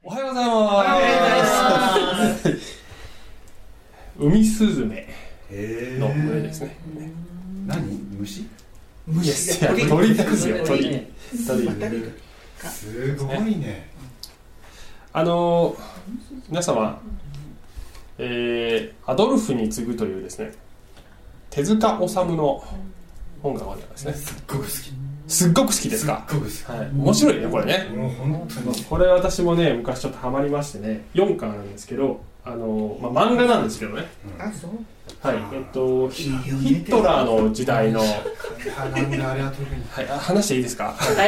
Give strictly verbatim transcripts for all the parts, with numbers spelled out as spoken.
おはようございます。ウミスズメの群れですね。 何？虫？ 虫ですよ。鳥ですよ。鳥。鳥。 すごいね。 あの皆様、えー、アドルフに次ぐというですね、手塚治虫の本があるんですね。 すっごく好き。 すっごく好きですか？ すっごく好き。 はい。面白いねこれね。 もう本当に。 これ私もね昔ちょっとハマりましてね、よんかんあるんですけど、あのまあ漫画なんですけどね。 あ、そう。 はい。えっとヒットラーの時代の。 なんであれは特に。 はい。話していいですか？ はい。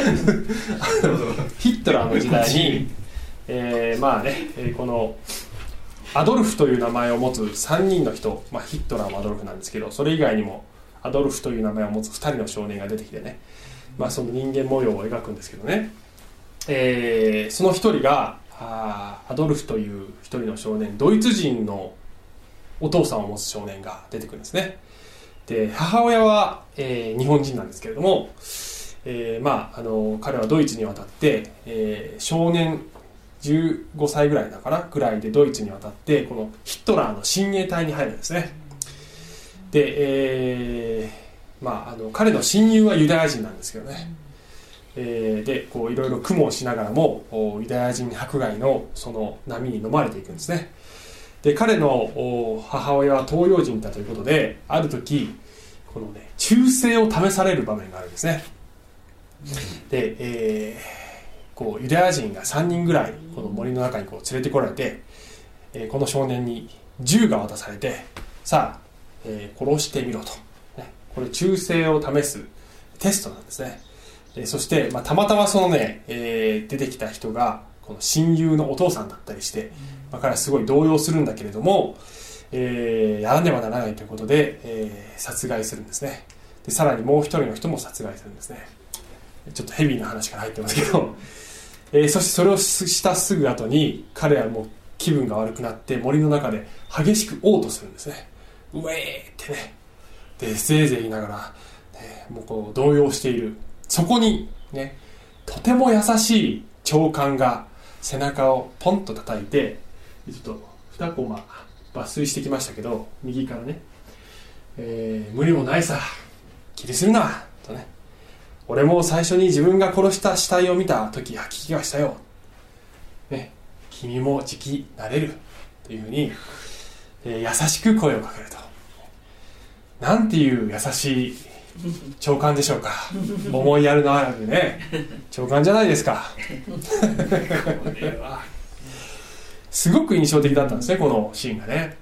ヒットラーの時代に、えー、まあね、えー、このアドルフという名前を持つさんにんの人、まあ、ヒットラーもアドルフなんですけど、それ以外にもアドルフという名前を持つふたりの少年が出てきてね、まあ、その人間模様を描くんですけどね、えー、そのひとりがあアドルフというひとりの少年、ドイツ人のお父さんを持つ少年が出てくるんですね。で母親は、えー、日本人なんですけれども、えーまあ、あの彼はドイツに渡って、えー、少年じゅうごさいぐらいだからぐらいでドイツに渡ってこのヒットラーの親衛隊に入るんですね。で、えーまあ、あの彼の親友はユダヤ人なんですけどね、えー、でこういろいろ苦悶しながらもユダヤ人迫害のその波に飲まれていくんですね。で彼の母親は東洋人だということで、ある時このね忠誠を試される場面があるんですね。で、えー、こうユダヤ人がさんにんぐらいこの森の中にこう連れてこられて、えー、この少年に銃が渡されて、さあ、えー、殺してみろと、ね、これ忠誠を試すテストなんですね。でそして、まあ、たまたまそのね、えー、出てきた人がこの親友のお父さんだったりして、まあ、彼はすごい動揺するんだけれども、えー、やらねばならないということで、えー、殺害するんですね。でさらにもう一人の人も殺害するんですね。ちょっとヘビーな話から入ってますけど、えー、そしてそれをしたすぐ後に彼はもう気分が悪くなって森の中で激しく嘔吐するんですね。うえーってね、でぜいぜい言いながら、ね、もうこう動揺している。そこにね、とても優しい長官が背中をポンと叩いて、ちょっとにコマ抜粋してきましたけど、右からね、えー、無理もないさ、気にするなとね、俺も最初に自分が殺した死体を見た時吐き気がしたよ、ね、君もじきなれるというふうに、えー、優しく声をかけると。なんていう優しい長官でしょうか。思いやるのあるね長官じゃないですかこれはすごく印象的だったんですね、このシーンがね。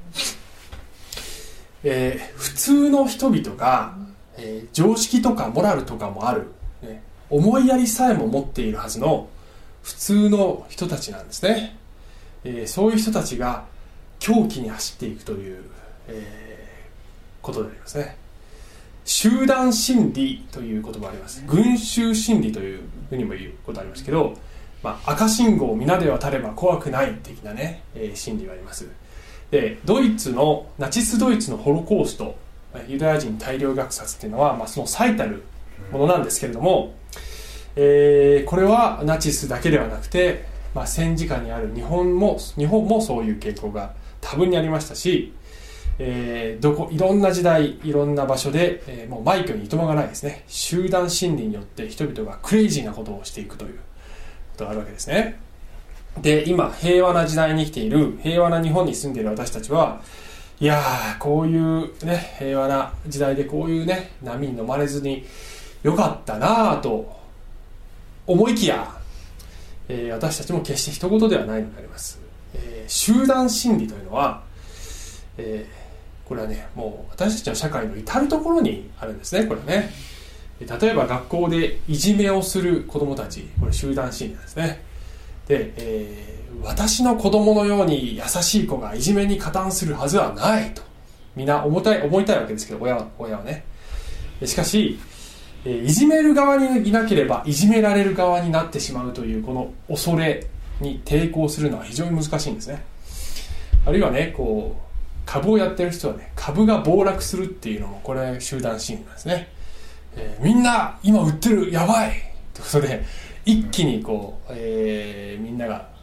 えー、普通の人々が、えー、常識とかモラルとかもある、ね、思いやりさえも持っているはずの普通の人たちなんですね。えー、そういう人たちが狂気に走っていくという、えー、ことでありますね。集団心理という言葉があります。群衆心理というふうにも言うことありますけど、まあ、赤信号皆で渡れば怖くない的なね、えー、心理があります。でドイツのナチスドイツのホロコースト、ユダヤ人大量虐殺っていうのは、まあ、その最たるものなんですけれども、えー、これはナチスだけではなくて、まあ、戦時下にある日本も日本もそういう傾向が多分にありましたし、えー、どこいろんな時代いろんな場所で、えー、もう枚挙にいとまがないですね、集団心理によって人々がクレイジーなことをしていくということがあるわけですね。で今平和な時代に生きている平和な日本に住んでいる私たちは、いやーこういうね平和な時代でこういうね波に飲まれずによかったなぁと思いきや、えー、私たちも決して一言ではないのであります。えー、集団心理というのは、えー、これはねもう私たちの社会の至るところにあるんですね。これね、例えば学校でいじめをする子どもたち、これ集団心理なんですね。で、えー、私の子供のように優しい子がいじめに加担するはずはないとみんな思いたい、思いたいわけですけど、親は、親はね。しかし、えー、いじめる側にいなければいじめられる側になってしまうというこの恐れに抵抗するのは非常に難しいんですね。あるいはね、こう株をやってる人はね、株が暴落するっていうのもこれ集団心理なんですね。えー、みんな今売ってるやばいということで一気にこう、えー、みんなが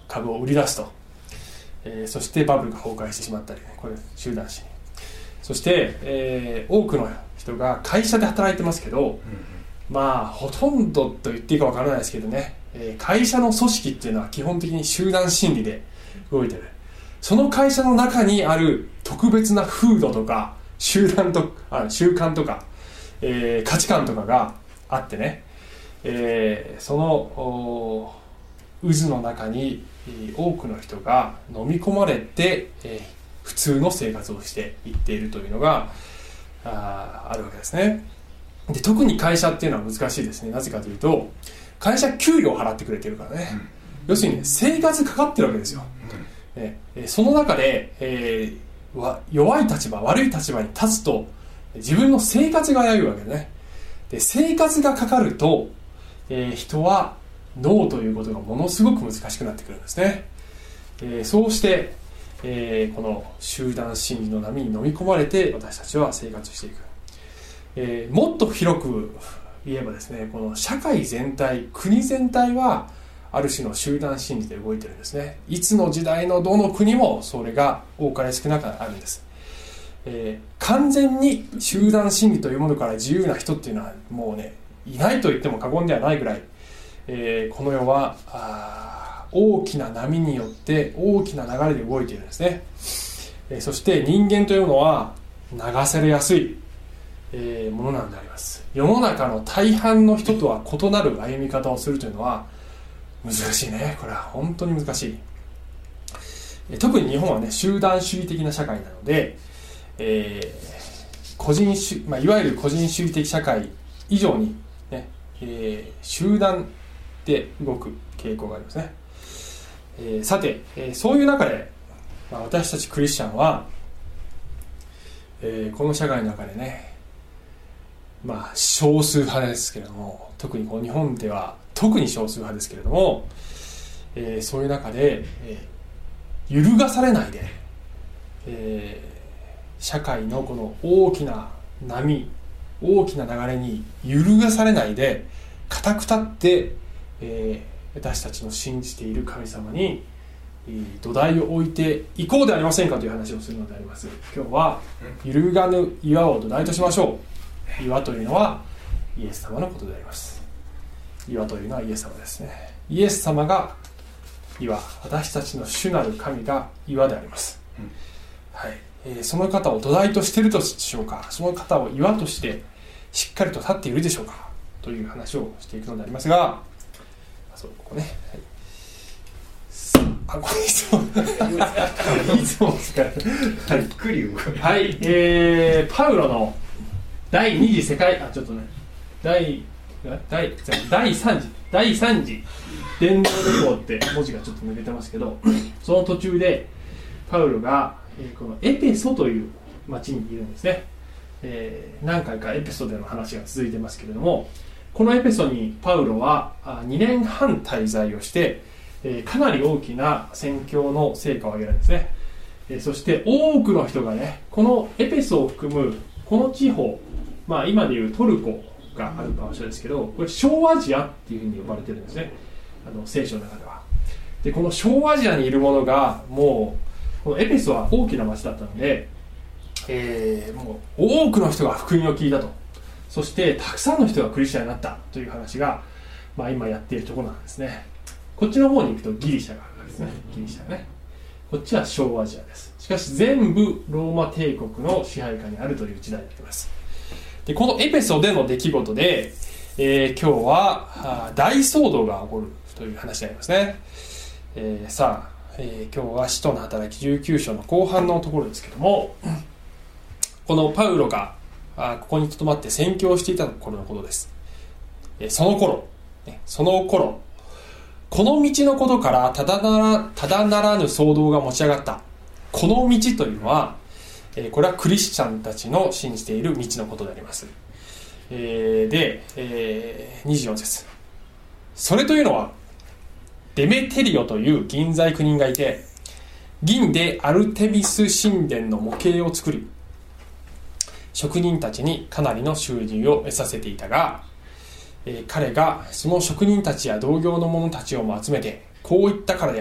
株を売り出すと、えー、そしてバブルが崩壊してしまったり、ね、これ集団心理。そして、えー、多くの人が会社で働いてますけど、うん、まあほとんどと言っていいかわからないですけどね、えー、会社の組織っていうのは基本的に集団心理で動いてる。その会社の中にある特別な風土とか集団とあ習慣とか、えー、価値観とかがあってね、えー、その渦の中に多くの人が飲み込まれて、えー、普通の生活をしていっているというのが あ, あるわけですね。で、特に会社っていうのは難しいですね。なぜかというと、会社給料を払ってくれてるからね、うん、要するに、ね、生活かかってるわけですよ、うんえー、その中で、えー、わ弱い立場悪い立場に立つと自分の生活が危ういわけね。で、生活がかかると、えー、人はノーということがものすごく難しくなってくるんですね。えー、そうして、えー、この集団心理の波に飲み込まれて私たちは生活していく。えー、もっと広く言えばですね、この社会全体、国全体はある種の集団心理で動いてるんですね。いつの時代のどの国もそれが多かれ少なかあるんです。えー、完全に集団心理というものから自由な人っていうのはもうね、いないと言っても過言ではないぐらい、えー、この世はあ大きな波によって大きな流れで動いているんですね。えー、そして人間というのは流されやすい、えー、ものなんであります。世の中の大半の人とは異なる歩み方をするというのは難しいね。これは本当に難しい。えー、特に日本はね、集団主義的な社会なので、えー、個人主、まあ、いわゆる個人主義的社会以上に、ねえー、集団で動く傾向がありますね。えー、さて、えー、そういう中で、まあ、私たちクリスチャンは、えー、この社会の中でね、まあ少数派ですけれども、特にこう日本では特に少数派ですけれども、えー、そういう中で、えー、揺るがされないで、えー社会のこの大きな波、大きな流れに揺るがされないで固く立って、えー、私たちの信じている神様に、えー、土台を置いていこうではありませんかという話をするのであります。今日は揺るがぬ岩を土台としましょう。岩というのはイエス様のことであります。岩というのはイエス様ですね。イエス様が岩、私たちの主なる神が岩であります。はい。その方を土台としているでしょうか、その方を岩としてしっかりと立っているでしょうかという話をしていくのでありますが、そうここね、はい、あ、これいつもいつもですからはい、 ゆっくり動くはい、えー、パウロの第二次世界あちょっとね第第第三次第三次伝道旅行って文字がちょっと抜けてますけど、その途中でパウロがこのエペソという町にいるんですね。えー、何回かエペソでの話が続いてますけれども、このエペソにパウロはにねんはん滞在をして、えー、かなり大きな宣教の成果を上げるんですね。えー、そして多くの人がね、このエペソを含むこの地方、まあ、今でいうトルコがある場所ですけど、これ小アジアっていうふうに呼ばれてるんですね、あの聖書の中では。で、この小アジアにいる者がもうこのエペソは大きな町だったので、えー、もう多くの人が福音を聞いたと、そしてたくさんの人がクリスチャンになったという話が、まあ、今やっているところなんですね。こっちの方に行くとギリシャがあるんですね。ギリシャね。こっちは小アジアです。しかし全部ローマ帝国の支配下にあるという時代になっています。で、このエペソでの出来事で、えー、今日は大騒動が起こるという話になりますね。えー、さあえー、今日は使徒の働きじゅうきゅう章の後半のところですけども、このパウロがあここに留まって宣教していた頃のことです。えー、その頃、ね、その頃この道のことからただなら、ただならぬ騒動が持ち上がった。この道というのは、えー、これはクリスチャンたちの信じている道のことであります。えー、で、えー、にじゅうよん節、それというのはデメテリオという銀細工人がいて、銀でアルテミス神殿の模型を作り、職人たちにかなりの収入を得させていたが、えー、彼がその職人たちや同業の者たちをも集めてこう言ったからである。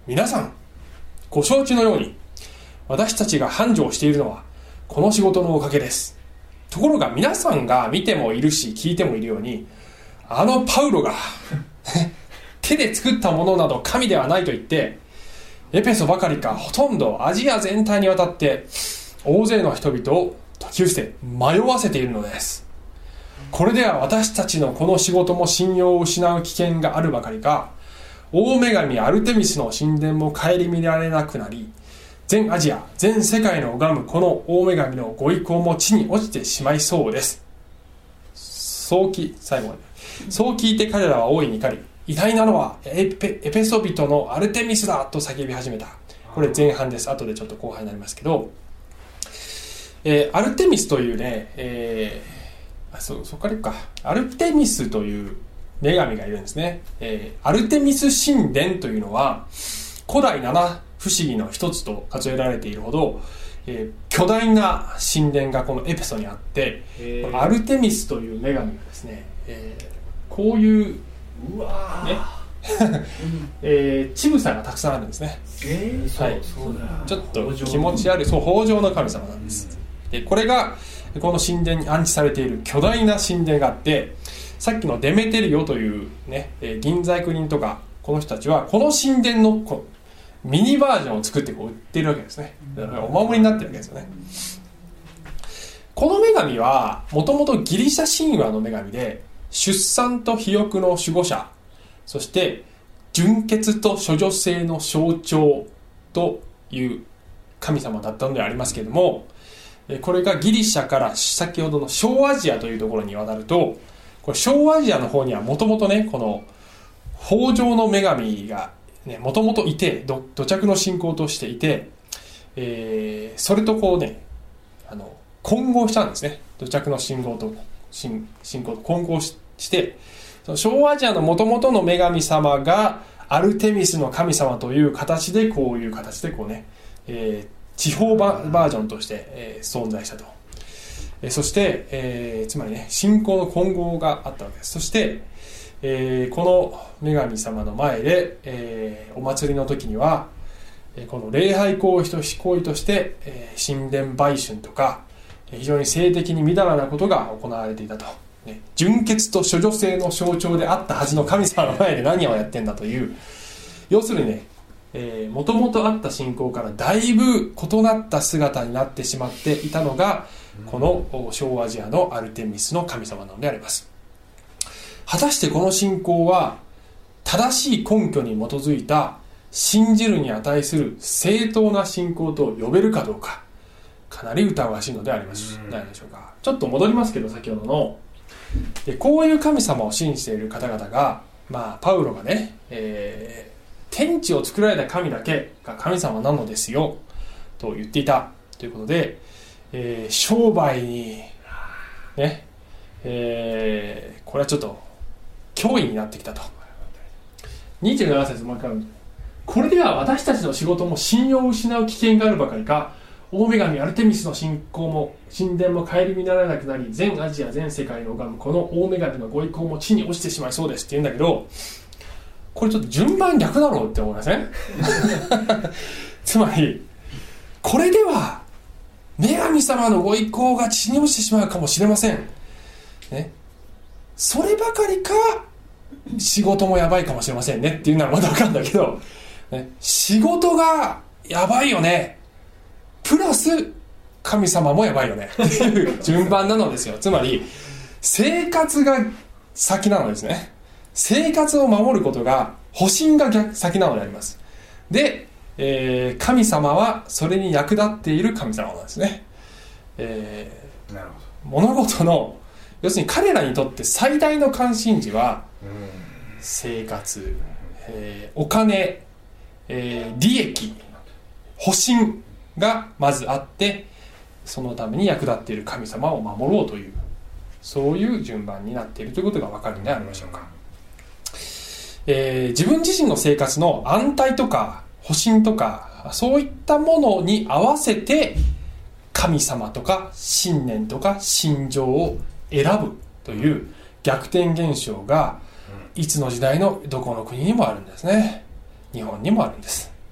皆さんご承知のように私たちが繁盛しているのはこの仕事のおかげです。ところが皆さんが見てもいるし聞いてもいるように、あのパウロが手で作ったものなど神ではないと言ってエペソばかりかほとんどアジア全体にわたって大勢の人々を説き伏せ迷わせているのです。これでは私たちのこの仕事も信用を失う危険があるばかりか、大女神アルテミスの神殿も顧みられなくなり、全アジア全世界の拝むこの大女神のご意向も地に落ちてしまいそうです。そうき最後までそう聞いて彼らは大いに怒り、偉大なのはエペ、エペソ人のアルテミスだと叫び始めた。これ前半です。後でちょっと後半になりますけど、えー、アルテミスというね、えー、あ そ, そこからいくかアルテミスという女神がいるんですね。えー、アルテミス神殿というのは古代七不思議の一つと数えられているほど、えー、巨大な神殿がこのエペソにあって、アルテミスという女神がですね、えー、こういううわねえー、乳房がたくさんあるんですね。 えー、 はい、 そうだちょっと気持ち悪い、そう豊穣の神様なんです。でこれがこの神殿に安置されている巨大な神殿があって、さっきのデメテリオというね、えー、銀細工人とかこの人たちはこの神殿のこミニバージョンを作ってこう売ってるわけですね。だからお守りになってるわけですよね。この女神はもともとギリシャ神話の女神で、出産と肥育の守護者、そして純潔と処女性の象徴という神様だったのでありますけれども、これがギリシャから先ほどの小アジアというところに渡ると、これ小アジアの方にはもともとね、この豊穣の女神がもともといて、土着の信仰としていて、えー、それとこうね、あの混合したんですね。土着の信仰と信仰と混合ししてその小アジアのもともとの女神様がアルテミスの神様という形でこういう形でこうね、えー、地方バージョンとして、えー、存在したと、えー、そして、えー、つまりね信仰の混合があったわけです。そして、えー、この女神様の前で、えー、お祭りの時にはこの礼拝行為として、えー、神殿売春とか非常に性的にみだらなことが行われていたと、ね、純潔と処女性の象徴であったはずの神様の前で何をやってんだという、要するにね、えー、もともとあった信仰からだいぶ異なった姿になってしまっていたのがこの小アジアのアルテミスの神様なのであります。果たしてこの信仰は正しい根拠に基づいた信じるに値する正当な信仰と呼べるかどうか、かなり疑わしいのでありますないでしょうか。ちょっと戻りますけど、先ほどのでこういう神様を信じている方々が、まあ、パウロがね、えー、天地を作られた神だけが神様なのですよと言っていたということで、えー、商売にね、えー、これはちょっと脅威になってきたと。にじゅうなな節もう一回、これでは私たちの仕事も信用を失う危険があるばかりか、大女神アルテミスの信仰も神殿も顧みならなくなり、全アジア全世界の拝むこの大女神のご意向も地に落ちてしまいそうですって言うんだけど、これちょっと順番逆だろうって思いませんつまりこれでは女神様のご意向が地に落ちてしまうかもしれません、ね、そればかりか仕事もやばいかもしれませんねっていうのはまだ分かるんだけど、ね、仕事がやばいよねプラス神様もやばいよねっていう順番なのですよ。つまり生活が先なのですね。生活を守ることが保身が逆先なのであります。で、えー、神様はそれに役立っている神様なんですね。えー、なるほど。物事の要するに彼らにとって最大の関心事は生活、えー、お金、えー、利益、保身がまずあって、そのために役立っている神様を守ろうという、そういう順番になっているということが分かるんでありましょうか。えー、自分自身の生活の安泰とか保身とかそういったものに合わせて神様とか信念とか信条を選ぶという逆転現象がいつの時代のどこの国にもあるんですね。日本にもあるんです。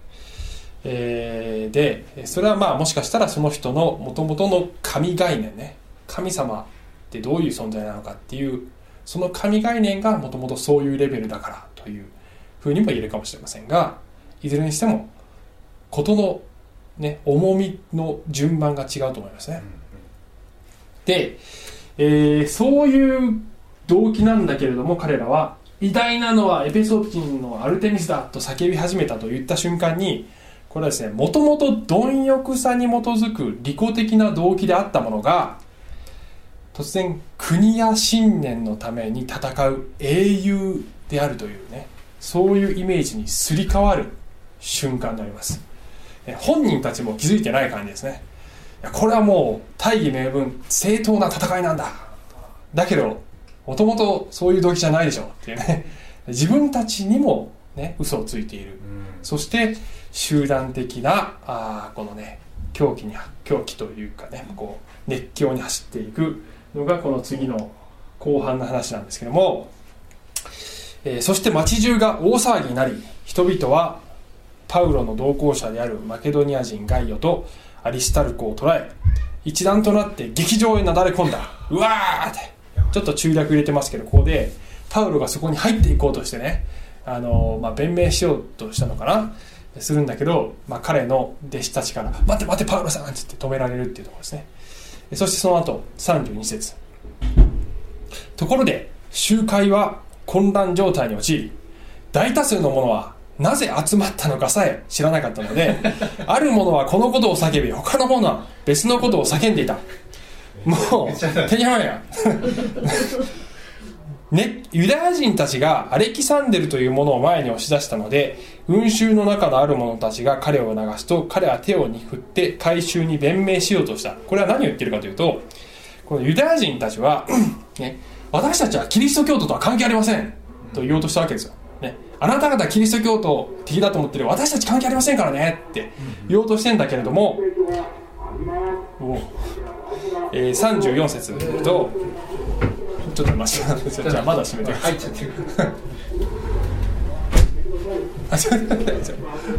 えー、でそれはまあもしかしたらその人のもともとの神概念ね、神様ってどういう存在なのかっていうその神概念がもともとそういうレベルだからというふうにも言えるかもしれませんが、いずれにしても事の、ね、重みの順番が違うと思いますね。で、えー、そういう動機なんだけれども、彼らは偉大なのはエペソ人のアルテミスだと叫び始めたと言った瞬間に、これはですね、もともと貪欲さに基づく利己的な動機であったものが突然国や信念のために戦う英雄であるというね、そういうイメージにすり替わる瞬間であります。本人たちも気づいてない感じですね。いやこれはもう大義名分正当な戦いなんだ、だけどもともとそういう動機じゃないでしょっていうね、自分たちにも、ね、嘘をついている、うん、そして集団的なあこのね狂気に狂気というかね、こう熱狂に走っていくのがこの次の後半の話なんですけども、えー、そして町中が大騒ぎになり、人々はパウロの同行者であるマケドニア人ガイオとアリスタルコを捕らえ、一団となって劇場へなだれ込んだ。うわーってちょっと中略入れてますけど、ここでパウロがそこに入っていこうとしてね、あの、まあ、弁明しようとしたのかなするんだけど、まあ、彼の弟子たちから待って待ってパウロさんって言って止められるっていうところですね。そしてその後さんじゅうに節、ところで集会は混乱状態に陥り、大多数の者はなぜ集まったのかさえ知らなかったのである者はこのことを叫び、他の者は別のことを叫んでいた。もうてにゃわやね、ユダヤ人たちがアレキサンデルというものを前に押し出したので、群衆の中のある者たちが彼を流すと、彼は手を振って回収に弁明しようとした。これは何を言ってるかというと、このユダヤ人たちは、ね、私たちはキリスト教徒とは関係ありませんと言おうとしたわけですよ、ね、あなた方キリスト教徒的だと思ってる、私たち関係ありませんからねって言おうとしてんだけれども、おえー、さんじゅうよん節とちょっと待ってじゃあまだ閉めて入っちゃってるあ、ちょっと待って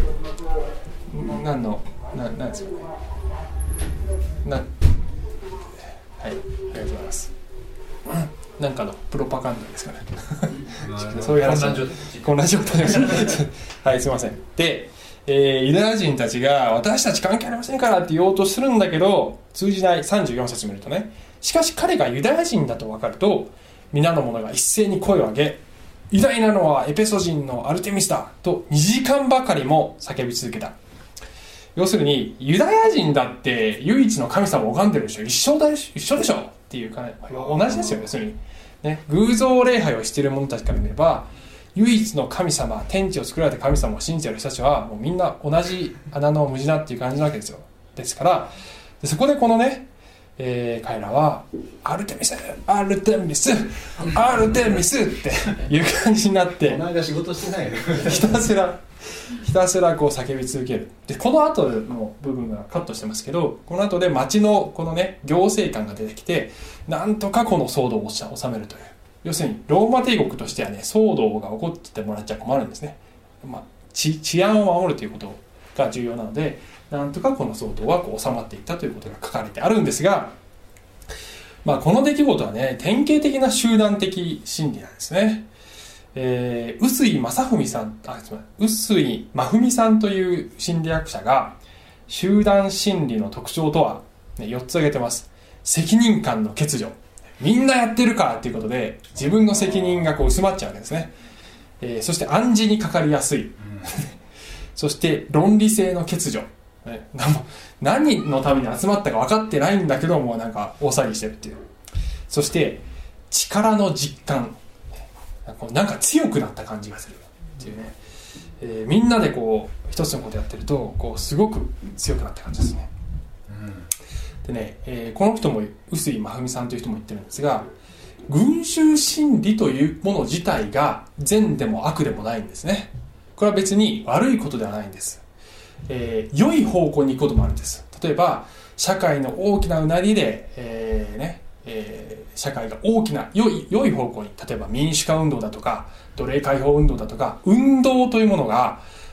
何のな何ですかねなはい、ありがとうございます。なんかのプロパガンダですかねそういう話混乱状態ですはい、すいません。で、えー、ユダヤ人たちが私たち関係ありませんからって言おうとするんだけど通じない。さんじゅうよん節見るとね、しかし彼がユダヤ人だと分かると皆の者が一斉に声を上げ、偉大なのはエペソ人のアルテミスだとにじかんばかりも叫び続けた。要するにユダヤ人だって唯一の神様を拝んでるでしょ、一緒だ一緒でしょっていうか、ね、同じですよ。要するに、ね、偶像礼拝をしている者たちから見れば唯一の神様、天地を作られた神様を信じている人たちはもうみんな同じ穴の無地なっていう感じなわけですよ。ですからでそこでこのね、えー、彼らはアルテミスアルテミスアルテミスっていう感じになってお前が仕事してないよひたすらひたすらこう叫び続ける。でこの後の部分がカットしてますけど、この後で町のこのね行政官が出てきてなんとかこの騒動を収めるという、要するにローマ帝国としてはね騒動が起こってもらっちゃ困るんですね。まあ、治, 治安を守るということが重要なので、なんとかこの騒動はこう収まっていったということが書かれてあるんですが、まあ、この出来事はね典型的な集団的心理なんですね。えー、臼井正文さんあすみません臼井真文さんという心理学者が集団心理の特徴とは、ね、よっつ挙げてます。責任感の欠如、みんなやってるからということで自分の責任がこう薄まっちゃうわけですね。えー、そして暗示にかかりやすいそして論理性の欠如、ね、何のために集まったか分かってないんだけどもなんか大騒ぎしてるっていう。そして力の実感、なんか強くなった感じがするっていうね、えー、みんなでこう一つのことやってるとこうすごく強くなった感じですね。でね、えー、この人も臼井真文さんという人も言ってるんですが、群衆心理というもの自体が善でも悪でもないんですね。これは別に悪いことではないんです。えー、良い方向に行くこともあるんです。例えば社会の大きなうなりで、えーねえー、社会が大きな良い、良い方向に、例えば民主化運動だとか奴隷解放運動だとか運動というものが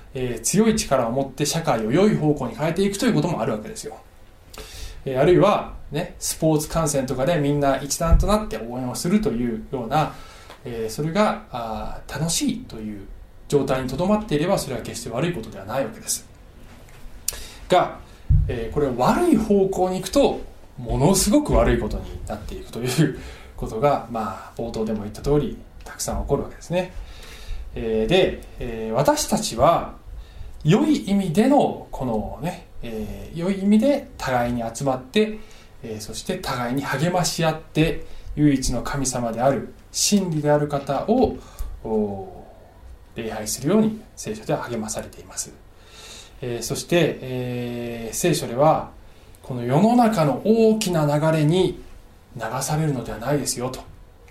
えー、強い力を持って社会を良い方向に変えていくということもあるわけですよ。えー、あるいは、ね、スポーツ観戦とかでみんな一丸となって応援をするというような、えー、それがあ楽しいという状態にとどまっていれば、それは決して悪いことではないわけですが、えー、これ悪い方向に行くとものすごく悪いことになっていくということが、まあ、冒頭でも言った通りたくさん起こるわけですね。えー、で、えー、私たちは良い意味でのこのね、えー、良い意味で互いに集まって、えー、そして互いに励まし合って唯一の神様である真理である方を礼拝するように聖書では励まされています。えー、そして、えー、聖書ではこの世の中の大きな流れに流されるのではないですよと、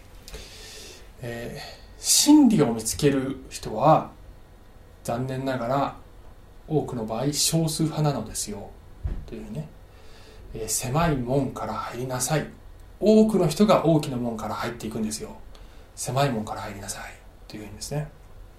えー、真理を見つける人は残念ながら多くの場合少数派なのですよというね、えー、狭い門から入りなさい、多くの人が大きな門から入っていくんですよ、狭い門から入りなさいというふうにですね、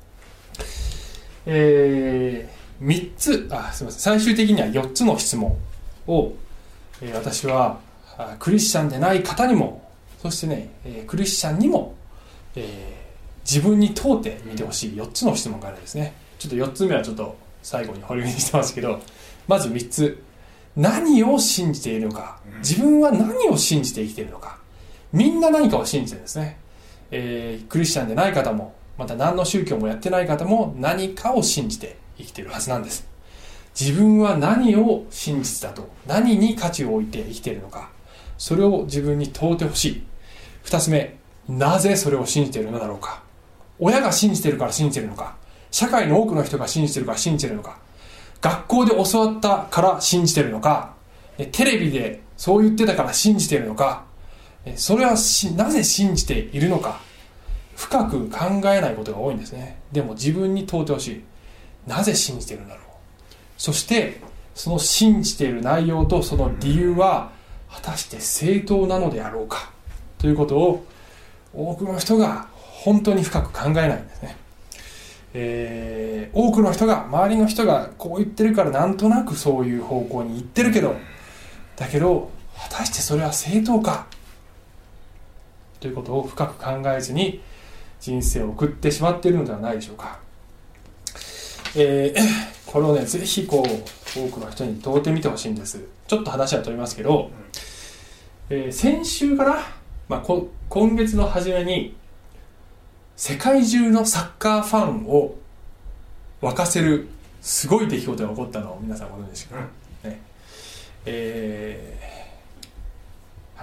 えー、みっつあすみません最終的にはよっつの質問を、えー、私はクリスチャンでない方にも、そしてね、えー、クリスチャンにも、えー、自分に問うてみてほしいよっつの質問があるんですね。ちょっとよっつめはちょっと最後に保留にしてますけど、まずみっつ、何を信じているのか、自分は何を信じて生きているのか。みんな何かを信じてるんですね、えー、クリスチャンでない方もまた何の宗教もやってない方も何かを信じて生きているはずなんです。自分は何を真実だと、何に価値を置いて生きているのか、それを自分に問うてほしい。二つ目、なぜそれを信じているのだろうか。親が信じているから信じているのか、社会の多くの人が信じているから信じているのか、学校で教わったから信じているのか、テレビでそう言ってたから信じているのか、それはなぜ信じているのか、深く考えないことが多いんですね。でも自分に問うてほしい。なぜ信じているんだろう。そしてその信じている内容とその理由は果たして正当なのであろうかということを多くの人が本当に深く考えないんですね。えー、多くの人が周りの人がこう言ってるからなんとなくそういう方向に行ってるけど、だけど果たしてそれは正当かということを深く考えずに人生を送ってしまっているのではないでしょうか。えー、これをねぜひこう多くの人に問うてみてほしいんです。ちょっと話は飛びますけど、えー、先週から、まあ、こ今月の初めに世界中のサッカーファンを沸かせるすごい出来事が起こったのを皆さんご存知ですか、うんねえーはい、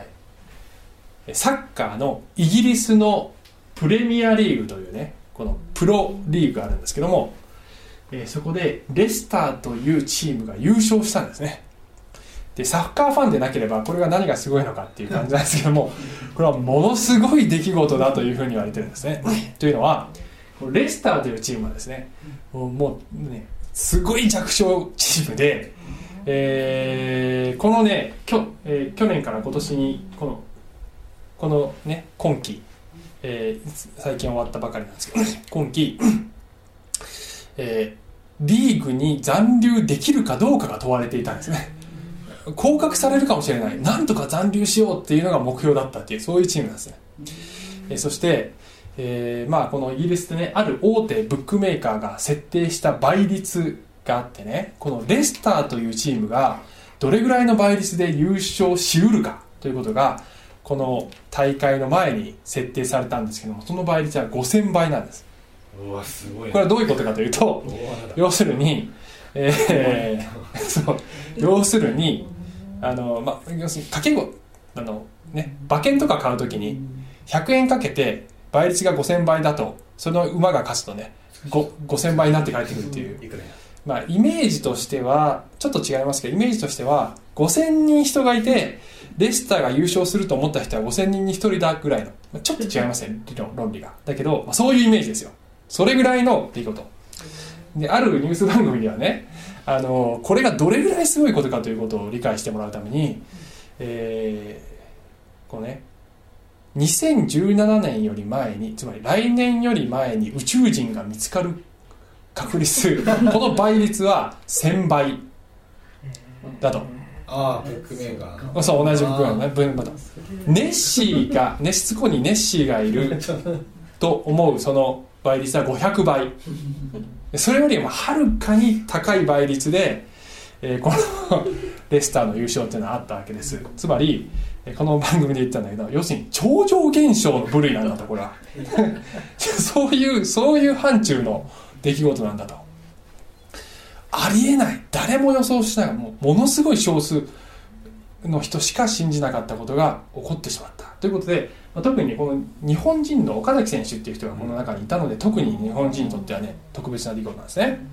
サッカーのイギリスのプレミアリーグというねこのプロリーグがあるんですけども、えー、そこでレスターというチームが優勝したんですね。でサッカーファンでなければこれが何がすごいのかっていう感じなんですけども、これはものすごい出来事だというふうに言われてるんですね。というのはレスターというチームはですねもう、もうねすごい弱小チームで、えー、このねきょ、えー、去年から今年にこのこのね今季、えー、最近終わったばかりなんですけど今季、えー、リーグに残留できるかどうかが問われていたんですね。降格されるかもしれない、なんとか残留しようっていうのが目標だったっていうそういうチームなんですね。えー、そして、えーまあ、このイギリスでねある大手ブックメーカーが設定した倍率があってね、このレスターというチームがどれぐらいの倍率で優勝しうるかということがこの大会の前に設定されたんですけども、その倍率はごせんばいなんです。 うわすごい、ね、 これはどういうことかというと要するに、えー、そう要するにあの、まあ、要するに掛けごあの、ね、馬券とか買うときにひゃくえんかけて倍率がごせんばいだとその馬が勝つとねごせんばいになって帰ってくるっていう、まあ、イメージとしてはちょっと違いますけどイメージとしてはごせんにん人がいてレスターが優勝すると思った人はごせんにんにひとりだぐらいのちょっと違いますね論理がだけど、まあ、そういうイメージですよ。それぐらいの出来事であるニュース番組ではねあのこれがどれぐらいすごいことかということを理解してもらうために、えー、このねにせんじゅうななねんより前につまり来年より前に宇宙人が見つかる確率この倍率はせんばいだと。 ああ、ビッグメーカー。 そう、同じ分母だ。ネッシーがネスコにネッシーがいると思うその倍率はごひゃくばい。それよりもはるかに高い倍率で、えー、このレスターの優勝っていうのはあったわけです。つまりこの番組で言ったんだけど、要するに超常現象の部類なんだと、これはそういうそういう範疇の出来事なんだと。ありえない、誰も予想しない、もうものすごい少数の人しか信じなかったことが起こってしまったということで、まあ、特にこの日本人の岡崎選手っていう人がこの中にいたので、特に日本人にとってはね特別な出来事なんですね。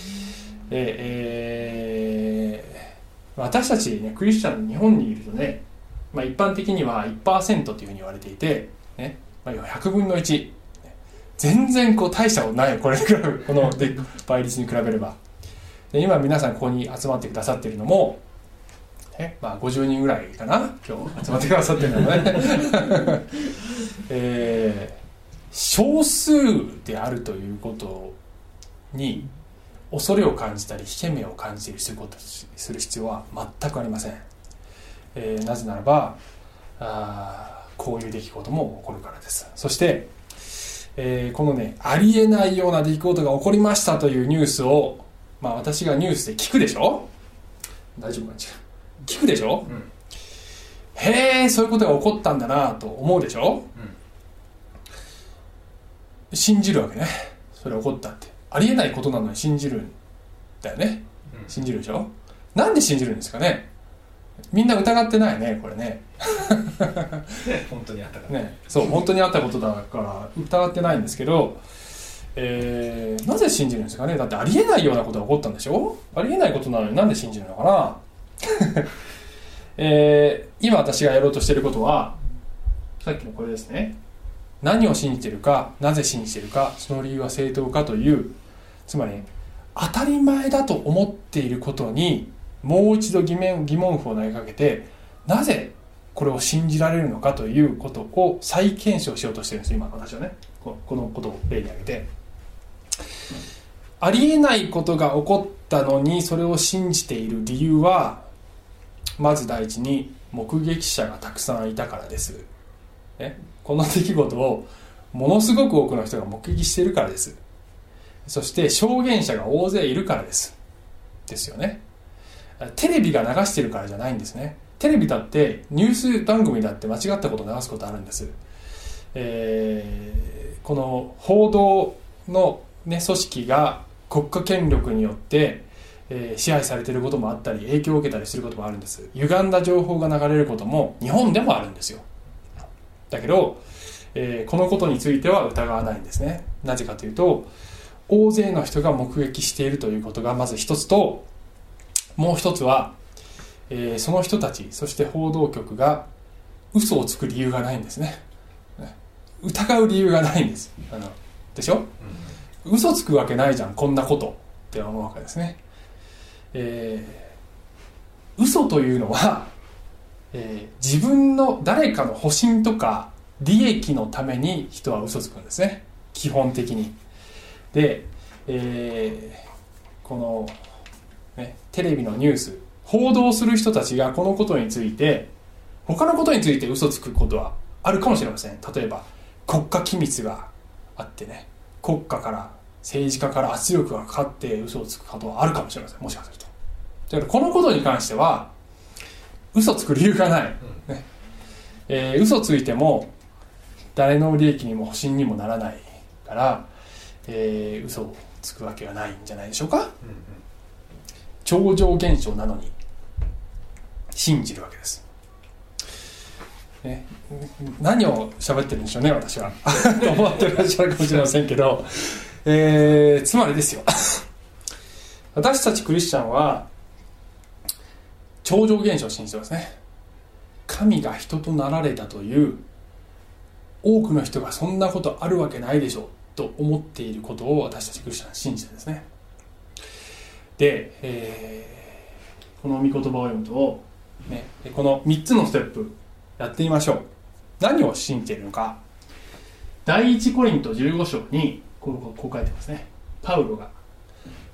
えー、私たち、ね、クリスチャンの日本にいるとね、まあ、一般的には いちパーセント というふうに言われていて、ね、まあ、ひゃくぶんのいち、全然こう大したことないよ、これに比べこの倍率に比べれば。で今皆さんここに集まってくださっているのも、え、まあ、ごじゅうにんぐらいかな、今日集まってくださっているのね、えー、少数であるということに恐れを感じたり引け目を感じたりすることする必要は全くありません。えー、なぜならばあこういう出来事も起こるからです。そして、えー、このねありえないような出来事が起こりましたというニュースを、まあ、私がニュースで聞くでしょ。大丈夫かな、聞くでしょ、うん、へえ、そういうことが起こったんだなと思うでしょ、うん、信じるわけね。それ起こったってありえないことなのに信じるんだよね、うん、信じるでしょ。なんで信じるんですかね。みんな疑ってないね、これね本当にあったからね、そう本当にあったことだから疑ってないんですけど、えー、なぜ信じるんですかね。だってありえないようなことが起こったんでしょ。ありえないことなのになんで信じるのかなえー、今私がやろうとしていることはさっきのこれですね。何を信じているか、なぜ信じているか、その理由は正当かという、つまり当たり前だと思っていることにもう一度疑問、疑問符を投げかけて、なぜこれを信じられるのかということを再検証しようとしてるんです。今私はね、このことを例に挙げて、ありえないことが起こったのにそれを信じている理由は、まず第一に目撃者がたくさんいたからです、ね、この出来事をものすごく多くの人が目撃しているからです。そして証言者が大勢いるからですですよね。テレビが流してるからじゃないんですね。テレビだってニュース番組だって間違ったことを流すことあるんです、えー、この報道の、ね、組織が国家権力によって、えー、支配されていることもあったり影響を受けたりすることもあるんです。歪んだ情報が流れることも日本でもあるんですよ。だけど、えー、このことについては疑わないんですね。なぜかというと、大勢の人が目撃しているということがまず一つと、もう一つは、えー、その人たち、そして報道局が嘘をつく理由がないんですね。疑う理由がないんです。あのでしょ、うん、嘘つくわけないじゃんこんなことって思うわけですね。えー、嘘というのは、えー、自分の誰かの保身とか利益のために人は嘘つくんですね、基本的に。で、えー、このね、テレビのニュース報道する人たちがこのことについて他のことについて嘘つくことはあるかもしれません。例えば国家機密があってね、国家から政治家から圧力がかかって嘘をつくことはあるかもしれません。もしかするとだからこのことに関しては嘘つく理由がない、うんねえー、嘘ついても誰の利益にも保身にもならないから、えー、嘘をつくわけはないんじゃないでしょうか、うんうん。超常現象なのに信じるわけです、ね、何を喋ってるんでしょうね私はと思ってらっしゃるかもしれませんけど、えー、つまりですよ私たちクリスチャンは超常現象を信じてますね。神が人となられたという多くの人がそんなことあるわけないでしょうと思っていることを私たちクリスチャンは信じてですね。で、えー、この御言葉を読むと、ね、このみっつのステップやってみましょう。何を信じているのか。第一コリントじゅうご章にこう、こう書いてますね。パウロが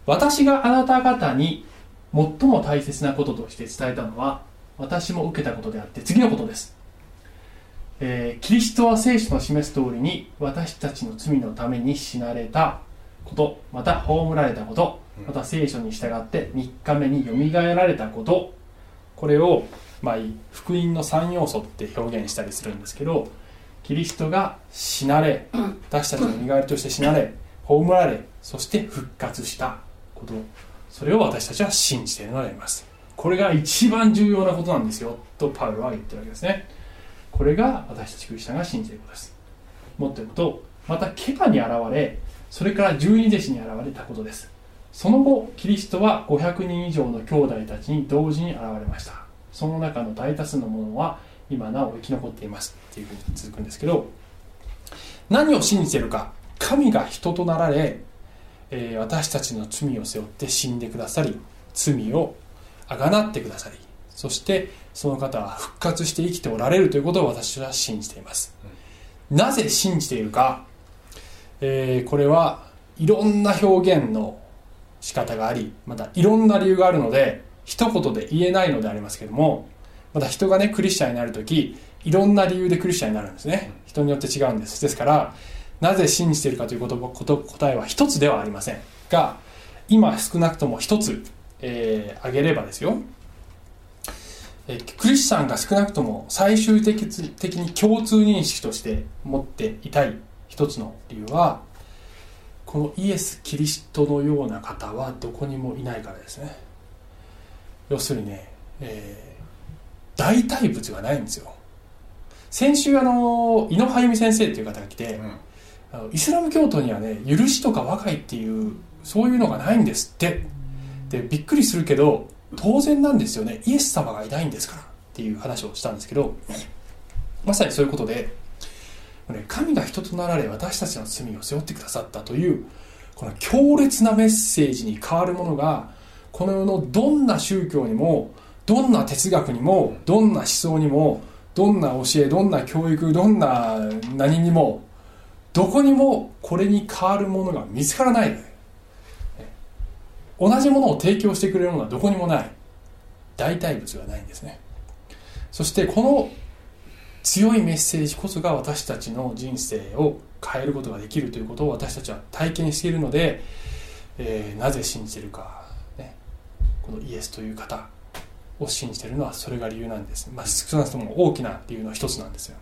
私があなた方に最も大切なこととして伝えたのは私も受けたことであって次のことです、えー、キリストは聖書の示す通りに私たちの罪のために死なれたこと、また葬られたこと、また聖書に従ってみっかめによみがえられたこと、これを、まあ、福音のさん要素って表現したりするんですけど、キリストが死なれ、私たちの身代わりとして死なれ、葬られ、そして復活したこと、それを私たちは信じているのであります。これが一番重要なことなんですよとパウロは言ってるわけですね。これが私たちクリスチャンが信じていることです。もっと言うと、またケファに現れ、それから十二弟子に現れたことです。その後キリストはごひゃくにん以上の兄弟たちに同時に現れました。その中の大多数の者は今なお生き残っていますっていうふうに続くんですけど、何を信じているか。神が人となられ、えー、私たちの罪を背負って死んでくださり、罪をあがなってくださり、そしてその方は復活して生きておられるということを私は信じています。なぜ信じているか、えー、これはいろんな表現の仕方があり、またいろんな理由があるので一言で言えないのでありますけれども、また人がねクリスチャンになるときいろんな理由でクリスチャンになるんですね。人によって違うんです。ですからなぜ信じているかということこと答えは一つではありませんが、今少なくとも一つ、えー、挙げればですよ、えー、クリスチャンが少なくとも最終的に共通認識として持っていたい一つの理由は、このイエス・キリストのような方はどこにもいないからですね。要するにね、えー、代替物がないんですよ。先週あの井野はゆみ先生という方が来て、うんあのイスラム教徒にはね許しとか和解っていうそういうのがないんですってで、びっくりするけど当然なんですよね、イエス様がいないんですからっていう話をしたんですけど、まさにそういうことで、神が人となられ私たちの罪を背負ってくださったというこの強烈なメッセージに変わるものがこの世のどんな宗教にもどんな哲学にもどんな思想にもどんな教え、どんな教育、どんな何にもどこにもこれに変わるものが見つからない。同じものを提供してくれるものはどこにもない。代替物がないんですね。そしてこの強いメッセージこそが私たちの人生を変えることができるということを私たちは体験しているので、えー、なぜ信じているか、ね、このイエスという方を信じているのはそれが理由なんです。まあ、少なくとも大きな理由の一つなんですよ。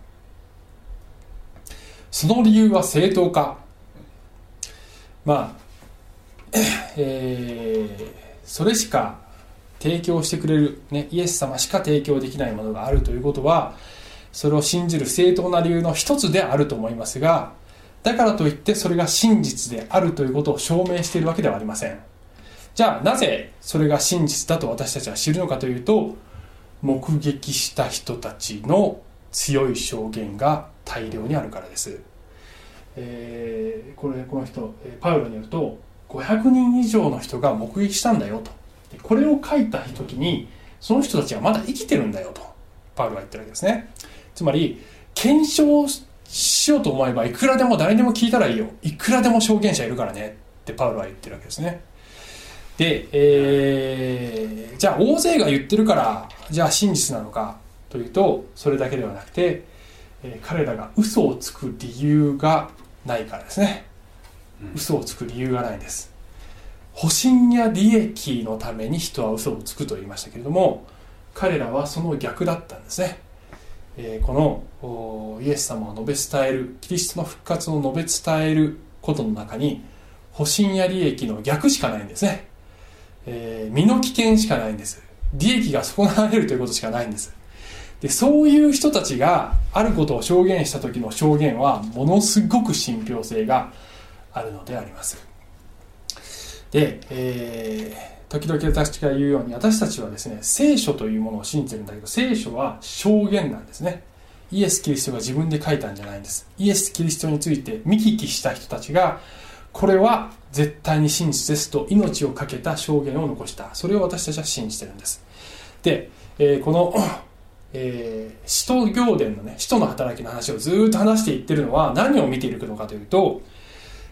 その理由は正当か。まあ、えー、それしか提供してくれる、ね、イエス様しか提供できないものがあるということは、それを信じる正当な理由の一つであると思いますが、だからといってそれが真実であるということを証明しているわけではありません。じゃあなぜそれが真実だと私たちは知るのかというと、目撃した人たちの強い証言が大量にあるからです。えー、これこの人パウロによるとごひゃくにん以上の人が目撃したんだよと。でこれを書いた時にその人たちはまだ生きてるんだよとパウロは言ってるわけですね。つまり検証しようと思えばいくらでも誰にも聞いたらいいよ、いくらでも証言者いるからねってパウロは言ってるわけですね。で、えー、じゃあ大勢が言ってるからじゃあ真実なのかというと、それだけではなくて、えー、彼らが嘘をつく理由がないからですね。嘘をつく理由がないんです。保身や利益のために人は嘘をつくと言いましたけれども、彼らはその逆だったんですね。えー、このイエス様を述べ伝える、キリストの復活を述べ伝えることの中に保身や利益の逆しかないんですね。えー、身の危険しかないんです。利益が損なわれるということしかないんです。でそういう人たちがあることを証言した時の証言はものすごく信憑性があるのであります。で、えー、時々私が言うように私たちはですね、聖書というものを信じてるんだけど、聖書は証言なんですね。イエス・キリストが自分で書いたんじゃないんです。イエス・キリストについて見聞きした人たちがこれは絶対に真実ですと命を懸けた証言を残した。それを私たちは信じてるんです。で、えー、このえー、使徒行伝のね、使徒の働きの話をずっと話していってるのは何を見ているのかというと、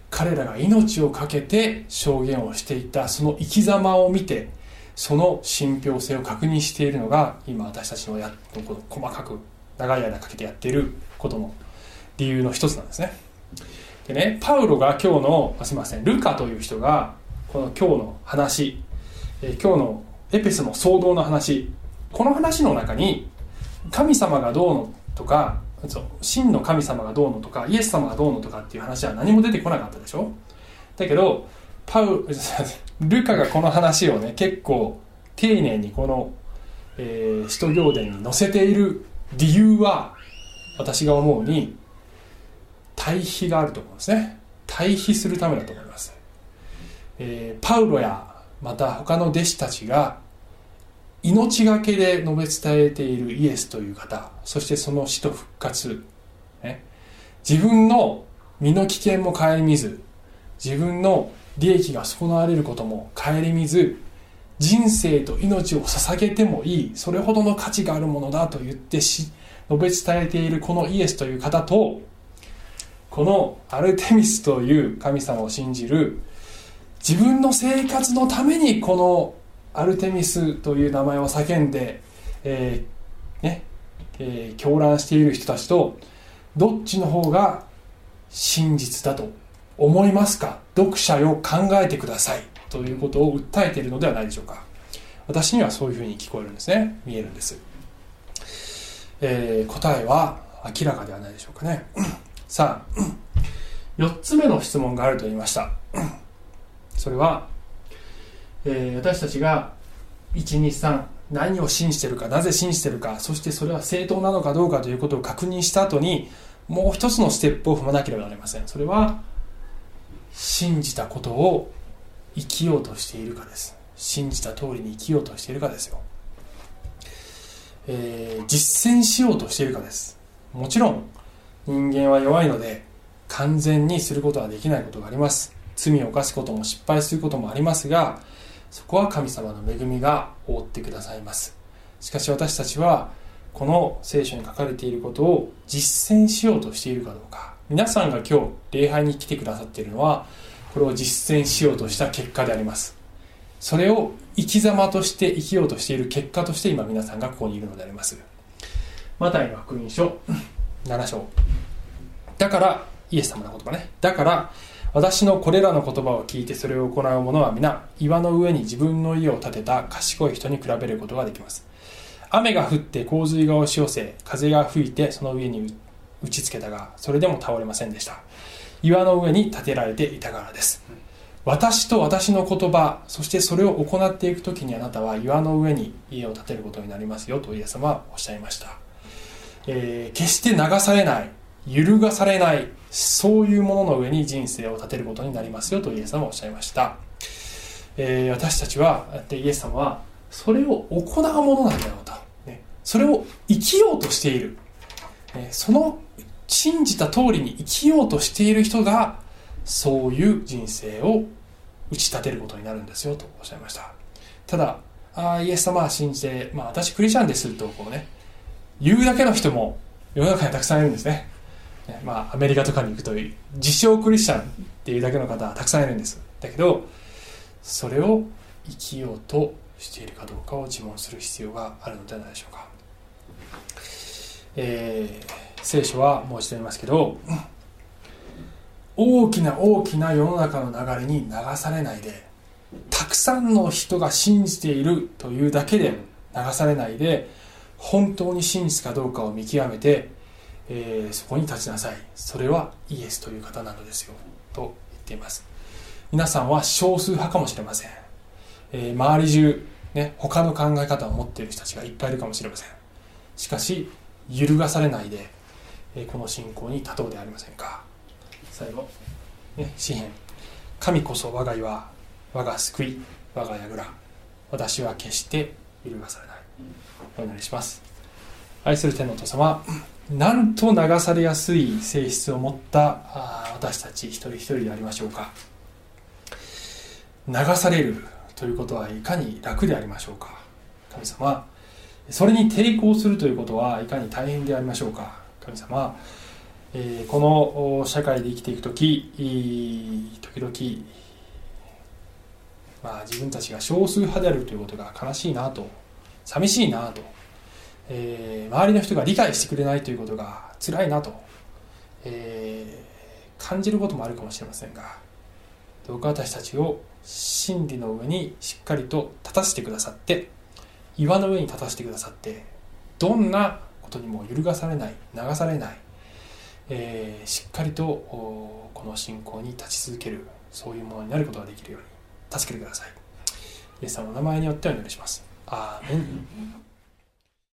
彼らが命を懸けて証言をしていたその生き様を見て、その信憑性を確認しているのが今私たちのやこの細かく長い間かけてやっていることの理由の一つなんですね。でね、パウロが今日のすみませんルカという人がこの今日の話、え今日のエペスの騒動の話、この話の中に神様がどうのとか、真の神様がどうのとかイエス様がどうのとかっていう話は何も出てこなかったでしょ。だけどパウルカがこの話をね結構丁寧にこの、えー、使徒行伝に載せている理由は、私が思うに対比があると思うんですね。対比するためだと思います、えー、パウロやまた他の弟子たちが命がけで述べ伝えているイエスという方、そしてその死と復活、ね、自分の身の危険も顧みず、自分の利益が損なわれることも顧みず、人生と命を捧げてもいい、それほどの価値があるものだと言ってし述べ伝えているこのイエスという方と、このアルテミスという神様を信じる、自分の生活のためにこのアルテミスという名前を叫んで、えーねえー、狂乱している人たちと、どっちの方が真実だと思いますか。読者よ考えてくださいということを訴えているのではないでしょうか。私にはそういうふうに聞こえるんですね、見えるんです、えー、答えは明らかではないでしょうかね。さあよっつめの質問があると言いました。それは、えー、私たちがいちにさん何を信じているか、なぜ信じているか、そしてそれは正当なのかどうかということを確認した後に、もう一つのステップを踏まなければなりません。それは信じたことを生きようとしているかです。信じた通りに生きようとしているかですよ、えー、実践しようとしているかです。もちろん人間は弱いので完全にすることはできないことがあります。罪を犯すことも失敗することもありますが、そこは神様の恵みが覆ってくださいます。しかし私たちはこの聖書に書かれていることを実践しようとしているかどうか。皆さんが今日礼拝に来てくださっているのは、これを実践しようとした結果であります。それを生き様として生きようとしている結果として今皆さんがここにいるのであります。マタイの福音書なな章。だからイエス様の言葉ね。だから私のこれらの言葉を聞いてそれを行う者は皆岩の上に自分の家を建てた賢い人に比べることができます。雨が降って洪水が押し寄せ、風が吹いてその上に打ちつけたが、それでも倒れませんでした。岩の上に建てられていたからです。私と私の言葉、そしてそれを行っていくときにあなたは岩の上に家を建てることになりますよとイエス様はおっしゃいました。えー、決して流されない、揺るがされない、そういうものの上に人生を建てることになりますよとイエス様はおっしゃいました。えー、私たちはイエス様はそれを行うものなんだよと、ね、それを生きようとしている、ね、その信じた通りに生きようとしている人がそういう人生を打ち立てることになるんですよとおっしゃいました。ただあイエス様は信じて、まあ、私クリスチャンですとこう、ね、言うだけの人も世の中にたくさんいるんですね。まあ、アメリカとかに行くと自称クリスチャンっていうだけの方はたくさんいるんです。だけどそれを生きようとしているかどうかを自問する必要があるのではないでしょうか。えー、聖書はもう一度言いますけど、大きな大きな世の中の流れに流されないで、たくさんの人が信じているというだけで流されないで、本当に真実かどうかを見極めて、えー、そこに立ちなさい。それはイエスという方なのですよと言っています。皆さんは少数派かもしれません。えー、周り中、ね、他の考え方を持っている人たちがいっぱいいるかもしれません。しかし揺るがされないで、えー、この信仰に立とうではありませんか。最後、ね、詩編。神こそ我が岩、我が救い、我が櫓。私は決して揺るがされない。お祈りします。愛する天のお父様、なんと流されやすい性質を持った私たち一人一人でありましょうか。流されるということはいかに楽でありましょうか。神様、それに抵抗するということはいかに大変でありましょうか。神様、 えー、この社会で生きていくとき時々、まあ、自分たちが少数派であるということが悲しいなと、寂しいなと、えー、周りの人が理解してくれないということが辛いなと、えー、感じることもあるかもしれませんが、どうか私たちを真理の上にしっかりと立たせてくださって、岩の上に立たせてくださって、どんなことにも揺るがされない、流されない、えー、しっかりとこの信仰に立ち続ける、そういうものになることができるように助けてください。イエス様の名前によってお祈りします。アーメン。